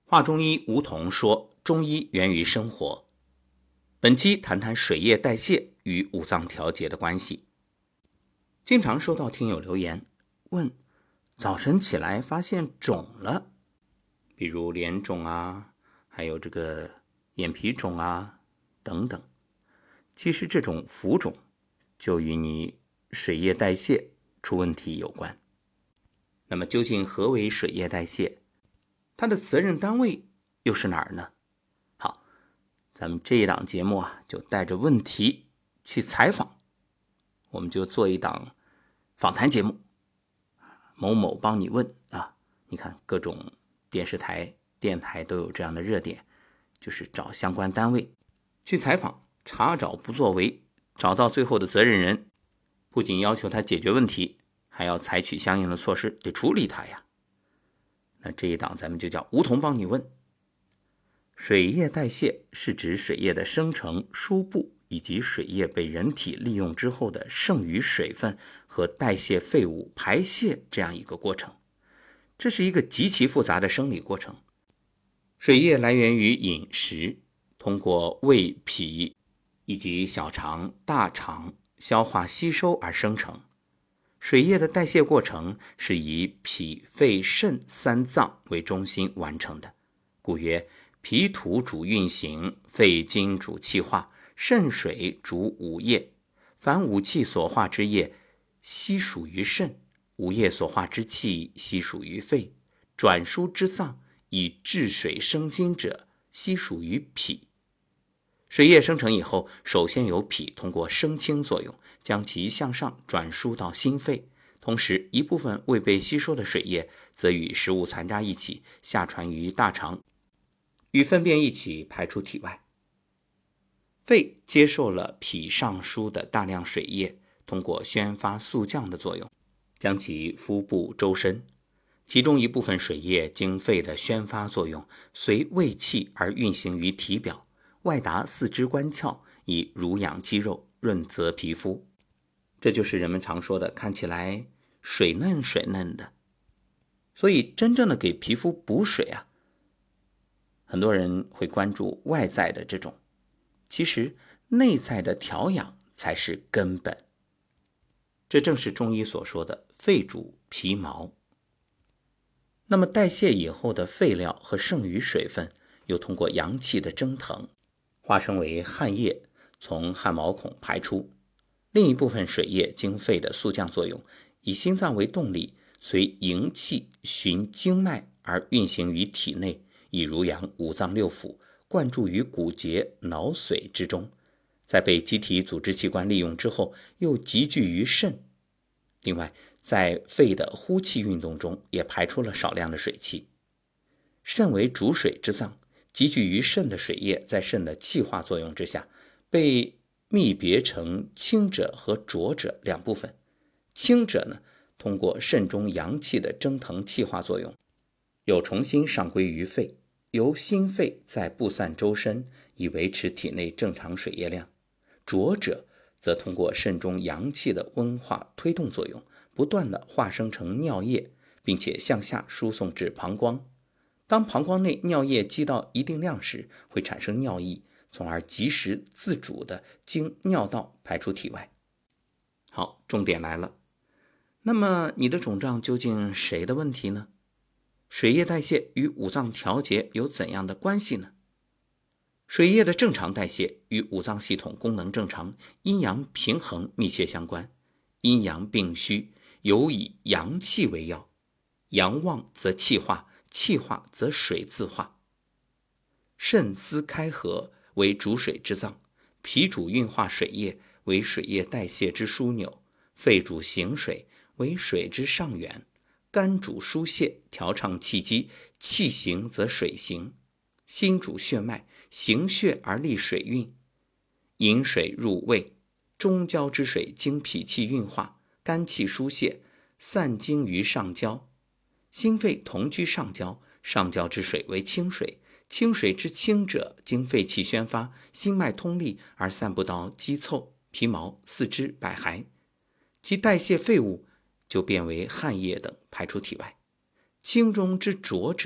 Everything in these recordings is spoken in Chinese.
华中医吴桐说，中医源于生活。本期谈谈水液代谢与五脏调节的关系。经常收到听友留言问，早晨起来发现肿了，比如脸肿啊，还有这个眼皮肿啊等等。其实这种浮肿就与你水液代谢出问题有关。那么究竟何为水液代谢？它的责任单位又是哪儿呢？好，咱们这一档节目就带着问题去采访，我们就做一档访谈节目，某某帮你问啊。你看各种电视台、电台都有这样的热点，就是找相关单位去采访，查找不作为，找到最后的责任人，不仅要求他解决问题，还要采取相应的措施得处理他呀。那这一档咱们就叫吴桐帮你问。水液代谢是指水液的生成、输布以及水液被人体利用之后的剩余水分和代谢废物排泄这样一个过程。这是一个极其复杂的生理过程。水液来源于饮食，通过胃、脾以及小肠、大肠消化吸收而生成。水液的代谢过程是以脾、肺、肾三脏为中心完成的，故曰脾土主运行，肺经主气化，肾水主五液。凡五气所化之液，悉属于肾；五液所化之气，悉属于肺。转输之脏，以治水生津者，悉属于脾。水液生成以后，首先由脾通过升清作用，将其向上转输到心肺，同时一部分未被吸收的水液则与食物残渣一起下传于大肠，与粪便一起排出体外。肺接受了脾上输的大量水液，通过宣发速降的作用，将其敷布周身。其中一部分水液经肺的宣发作用，随胃气而运行于体表，外达四肢关窍，以濡养肌肉，润泽皮肤。这就是人们常说的看起来水嫩水嫩的。所以真正的给皮肤补水很多人会关注外在的这种，其实内在的调养才是根本。这正是中医所说的肺主皮毛。那么代谢以后的废料和剩余水分又通过阳气的蒸腾化生为汗液，从汗毛孔排出。另一部分水液经肺的速降作用，以心脏为动力，随营气循经脉而运行于体内，以濡养五脏六腑，灌注于骨节、脑髓之中。在被机体组织器官利用之后，又集聚于肾。另外，在肺的呼气运动中也排出了少量的水气。肾为主水之脏，集聚于肾的水液在肾的气化作用之下，被泌别成清者和浊者两部分。清者呢，通过肾中阳气的蒸腾气化作用，又重新上归于肺，由心肺再布散周身，以维持体内正常水液量。浊者则通过肾中阳气的温化推动作用，不断地化生成尿液，并且向下输送至膀胱。当膀胱内尿液积到一定量时，会产生尿意，从而及时自主地经尿道排出体外。好，重点来了。那么你的肿胀究竟谁的问题呢？水液代谢与五脏调节有怎样的关系呢？水液的正常代谢与五脏系统功能正常、阴阳平衡密切相关。阴阳并虚，尤以阳气为要。阳旺则气化，气化则水自化。肾司开合，为主水之脏；脾主运化水液，为水液代谢之枢纽；肺主行水，为水之上源；肝主疏泄，调畅气机，气行则水行；心主血脉，行血而利水运。引水入胃，中焦之水经脾气运化，肝气疏泄，散经于上焦。心肺同居上焦，上焦之水为清水，清水之清者经肺气宣发，心脉通利而散布到肌凑、皮毛、四肢、百骸，其代谢废物就变为汗液等排出体外。清中之浊者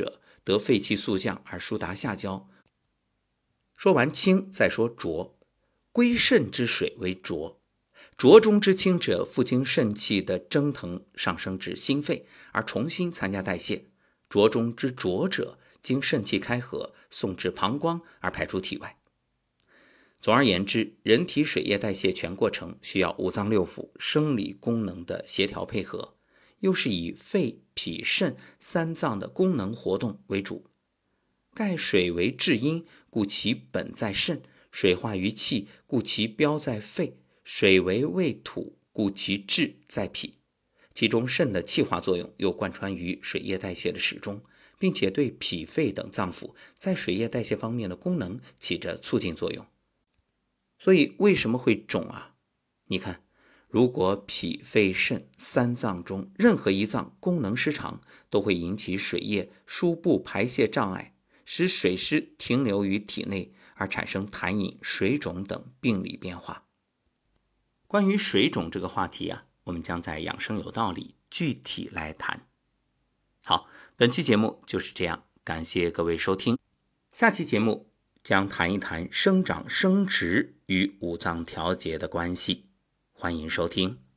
得肺气肃降而疏达下焦。说完清，再说浊。归肾之水为浊，浊中之清者，复经肾气的蒸腾上升至心肺，而重新参加代谢。浊中之浊者，经肾气开合，送至膀胱而排出体外。总而言之，人体水液代谢全过程需要五脏六腑生理功能的协调配合，又是以肺、脾、肾三脏的功能活动为主。盖水为至阴，故其本在肾；水化于气，故其标在肺；水为未土，故其志在脾。其中肾的气化作用又贯穿于水液代谢的始终，并且对脾肺等脏腑在水液代谢方面的功能起着促进作用。所以为什么会肿啊？你看，如果脾肺肾三脏中任何一脏功能失常，都会引起水液输布排泄障碍，使水湿停留于体内，而产生痰饮、水肿等病理变化。关于水肿这个话题啊，我们将在养生有道里具体来谈。好，本期节目就是这样，感谢各位收听。下期节目将谈一谈生长生殖与五脏调节的关系，欢迎收听。